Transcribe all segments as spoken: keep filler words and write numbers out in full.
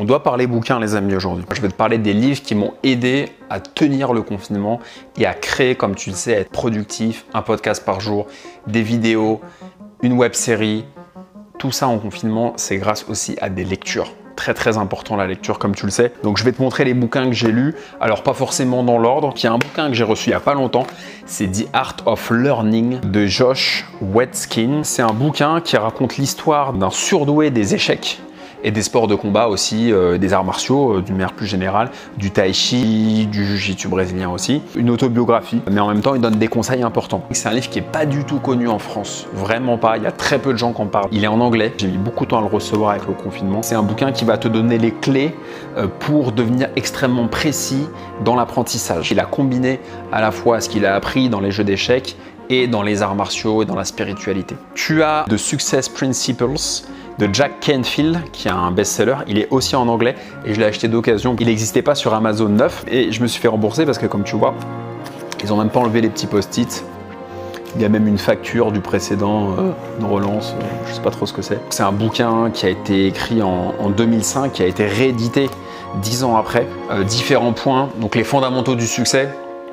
On doit parler bouquins les amis aujourd'hui. Je vais te parler des livres qui m'ont aidé à tenir le confinement et à créer, comme tu le sais, à être productif, un podcast par jour, des vidéos, une web série. Tout ça en confinement, c'est grâce aussi à des lectures. Très très important la lecture comme tu le sais. Donc je vais te montrer les bouquins que j'ai lus. Alors pas forcément dans l'ordre. Il y a un bouquin que j'ai reçu il n'y a pas longtemps. C'est The Art of Learning de Josh Waitzkin. C'est un bouquin qui raconte l'histoire d'un surdoué des échecs et des sports de combat aussi, euh, des arts martiaux, euh, d'une manière plus générale, du tai chi, du jiu-jitsu brésilien aussi. Une autobiographie, mais en même temps, il donne des conseils importants. C'est un livre qui n'est pas du tout connu en France, vraiment pas. Il y a très peu de gens qui en parlent. Il est en anglais, j'ai mis beaucoup de temps à le recevoir avec le confinement. C'est un bouquin qui va te donner les clés euh, pour devenir extrêmement précis dans l'apprentissage. Il a combiné à la fois ce qu'il a appris dans les jeux d'échecs et dans les arts martiaux et dans la spiritualité. Tu as The Success Principles de Jack Canfield, qui est un best-seller. Il est aussi en anglais et je l'ai acheté d'occasion. Il n'existait pas sur Amazon neuf et je me suis fait rembourser parce que, comme tu vois, ils n'ont même pas enlevé les petits post-it. Il y a même une facture du précédent, euh, une relance, euh, je ne sais pas trop ce que c'est. C'est un bouquin qui a été écrit en, en deux mille cinq, qui a été réédité dix ans après. Euh, différents points, donc les fondamentaux du succès,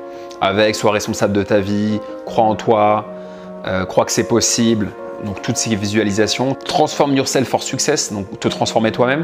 avec sois responsable de ta vie, crois en toi, euh, crois que c'est possible. Donc toutes ces visualisations, transform yourself for success, donc te transformer toi-même,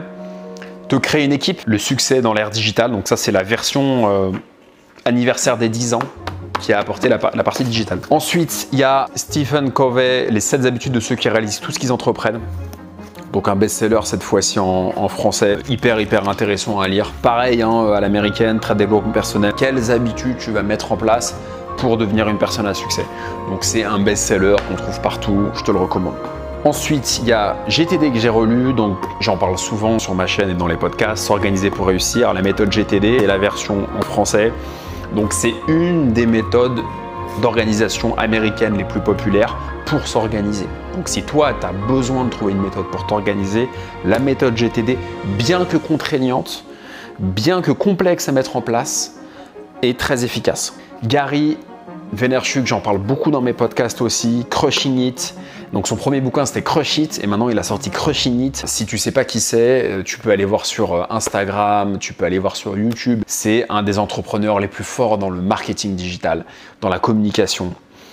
te créer une équipe, le succès dans l'ère digitale, donc ça c'est la version euh, anniversaire des dix ans qui a apporté la, la partie digitale. Ensuite, il y a Stephen Covey, les sept habitudes de ceux qui réalisent tout ce qu'ils entreprennent. Donc un best-seller cette fois-ci en, en français, hyper hyper intéressant à lire. Pareil hein, à l'américaine, très développement personnel. Quelles habitudes tu vas mettre en place pour devenir une personne à succès. Donc c'est un best-seller qu'on trouve partout, je te le recommande. Ensuite, il y a G T D que j'ai relu, donc j'en parle souvent sur ma chaîne et dans les podcasts, S'organiser pour réussir, la méthode G T D et la version en français. Donc c'est une des méthodes d'organisation américaine les plus populaires pour s'organiser. Donc si toi, tu as besoin de trouver une méthode pour t'organiser, la méthode G T D, bien que contraignante, bien que complexe à mettre en place, est très efficace. Gary Vaynerchuk, j'en parle beaucoup dans mes podcasts aussi, Crushing It. Donc son premier bouquin c'était Crush It et maintenant il a sorti Crushing It. Si tu sais pas qui c'est, tu peux aller voir sur Instagram, tu peux aller voir sur YouTube. C'est un des entrepreneurs les plus forts dans le marketing digital, dans la communication.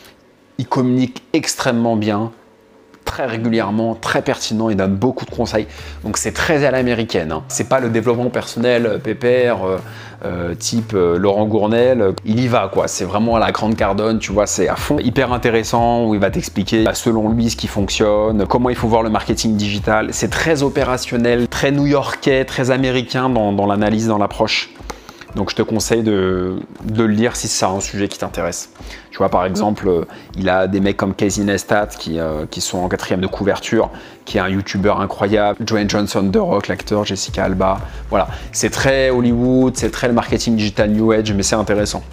Il communique extrêmement bien, très régulièrement, très pertinent, il donne beaucoup de conseils. Donc c'est très à l'américaine. Hein. C'est pas le développement personnel pépère euh, euh, type euh, Laurent Gournel. Il y va quoi. C'est vraiment à la Grande Cardone, tu vois, c'est à fond. Hyper intéressant où il va t'expliquer bah, selon lui ce qui fonctionne, comment il faut voir le marketing digital. C'est très opérationnel, très new-yorkais, très américain dans, dans l'analyse, dans l'approche. Donc je te conseille de, de le lire si c'est un sujet qui t'intéresse. Tu vois, par exemple, euh, il a des mecs comme Casey Neistat qui, euh, qui sont en quatrième de couverture, qui est un youtubeur incroyable, Dwayne Johnson, The Rock, l'acteur, Jessica Alba. Voilà, c'est très Hollywood, c'est très le marketing digital New Age, mais c'est intéressant.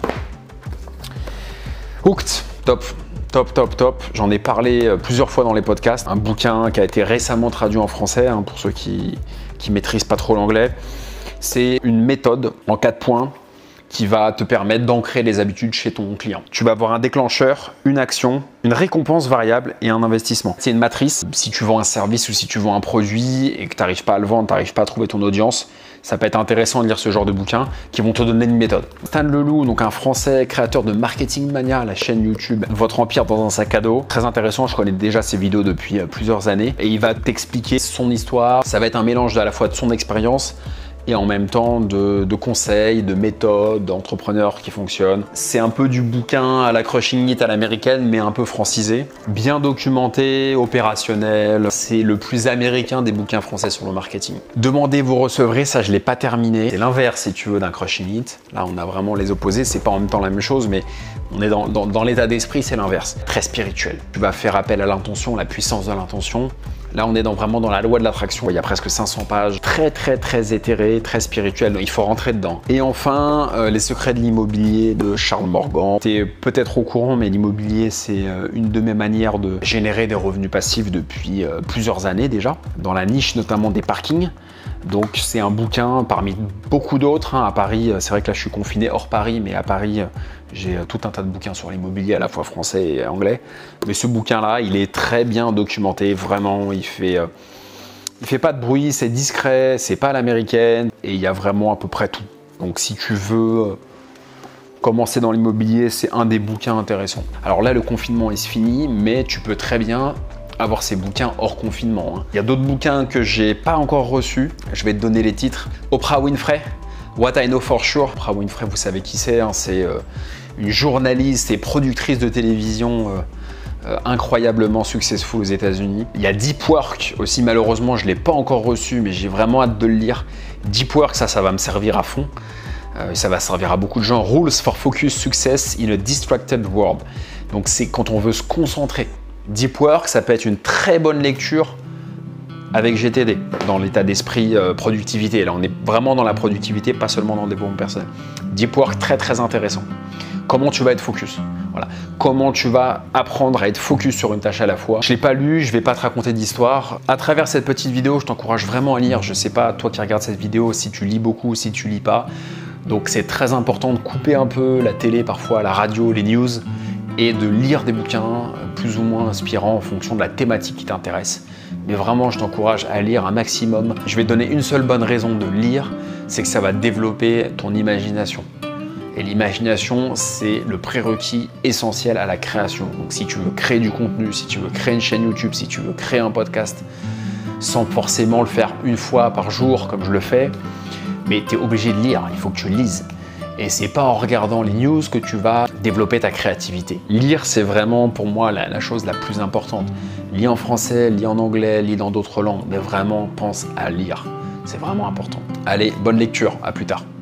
Hooked, top. Top, top, top. J'en ai parlé plusieurs fois dans les podcasts. Un bouquin qui a été récemment traduit en français, hein, pour ceux qui ne maîtrisent pas trop l'anglais. C'est une méthode en quatre points qui va te permettre d'ancrer les habitudes chez ton client. Tu vas avoir un déclencheur, une action, une récompense variable et un investissement. C'est une matrice. Si tu vends un service ou si tu vends un produit et que tu n'arrives pas à le vendre, tu n'arrives pas à trouver ton audience, ça peut être intéressant de lire ce genre de bouquins qui vont te donner une méthode. Stan Leloup, donc un Français créateur de Marketing Mania, la chaîne YouTube Votre Empire dans un sac à dos. Très intéressant, je connais déjà ses vidéos depuis plusieurs années et il va t'expliquer son histoire. Ça va être un mélange à la fois de son expérience et en même temps de, de conseils, de méthodes, d'entrepreneurs qui fonctionnent. C'est un peu du bouquin à la Crushing It à l'américaine, mais un peu francisé. Bien documenté, opérationnel. C'est le plus américain des bouquins français sur le marketing. Demandez, vous recevrez, ça je ne l'ai pas terminé. C'est l'inverse, si tu veux, d'un Crushing It. Là, on a vraiment les opposés. C'est pas en même temps la même chose, mais on est dans, dans, dans l'état d'esprit, c'est l'inverse. Très spirituel. Tu vas faire appel à l'intention, la puissance de l'intention. Là, on est dans, vraiment dans la loi de l'attraction. Il y a presque cinq cents pages, très très très éthéré, très spirituel. Il faut rentrer dedans. Et enfin, euh, les secrets de l'immobilier de Charles Morgan. Tu es peut-être au courant, mais l'immobilier, c'est euh, une de mes manières de générer des revenus passifs depuis euh, plusieurs années déjà, dans la niche notamment des parkings. Donc c'est un bouquin parmi beaucoup d'autres. Hein. À Paris, c'est vrai que là je suis confiné hors Paris, mais à Paris, j'ai tout un tas de bouquins sur l'immobilier, à la fois français et anglais. Mais ce bouquin-là, il est très bien documenté, vraiment. Il fait, Il fait pas de bruit, c'est discret, c'est pas à l'américaine et il y a vraiment à peu près tout. Donc si tu veux commencer dans l'immobilier, c'est un des bouquins intéressants. Alors là, le confinement il se finit, mais tu peux très bien avoir ces bouquins hors confinement. Hein. Il y a d'autres bouquins que j'ai pas encore reçus. Je vais te donner les titres. Oprah Winfrey, What I Know For Sure. Oprah Winfrey, vous savez qui c'est, hein, c'est euh, une journaliste et productrice de télévision euh, euh, incroyablement successful aux États-Unis. Il y a Deep Work aussi, malheureusement, je ne l'ai pas encore reçu, mais j'ai vraiment hâte de le lire. Deep Work, ça, ça va me servir à fond. Euh, ça va servir à beaucoup de gens. Rules for Focus Success in a Distracted World. Donc, c'est quand on veut se concentrer. Deep Work, ça peut être une très bonne lecture avec G T D, dans l'état d'esprit euh, productivité. Là, on est vraiment dans la productivité, pas seulement dans le développement personnel. Deep Work, très très intéressant. Comment tu vas être focus? Voilà. Comment tu vas apprendre à être focus sur une tâche à la fois? Je ne l'ai pas lu, je ne vais pas te raconter d'histoire. À travers cette petite vidéo, je t'encourage vraiment à lire. Je ne sais pas, toi qui regardes cette vidéo, si tu lis beaucoup, si tu lis pas. Donc c'est très important de couper un peu la télé, parfois la radio, les news, et de lire des bouquins plus ou moins inspirants en fonction de la thématique qui t'intéresse. Mais vraiment, je t'encourage à lire un maximum. Je vais te donner une seule bonne raison de lire, c'est que ça va développer ton imagination. Et l'imagination, c'est le prérequis essentiel à la création. Donc si tu veux créer du contenu, si tu veux créer une chaîne YouTube, si tu veux créer un podcast, sans forcément le faire une fois par jour comme je le fais, mais tu es obligé de lire, il faut que tu lises. Et c'est pas en regardant les news que tu vas développer ta créativité. Lire, c'est vraiment pour moi la, la chose la plus importante. Lis en français, lis en anglais, lis dans d'autres langues, mais vraiment pense à lire. C'est vraiment important. Allez, bonne lecture, à plus tard.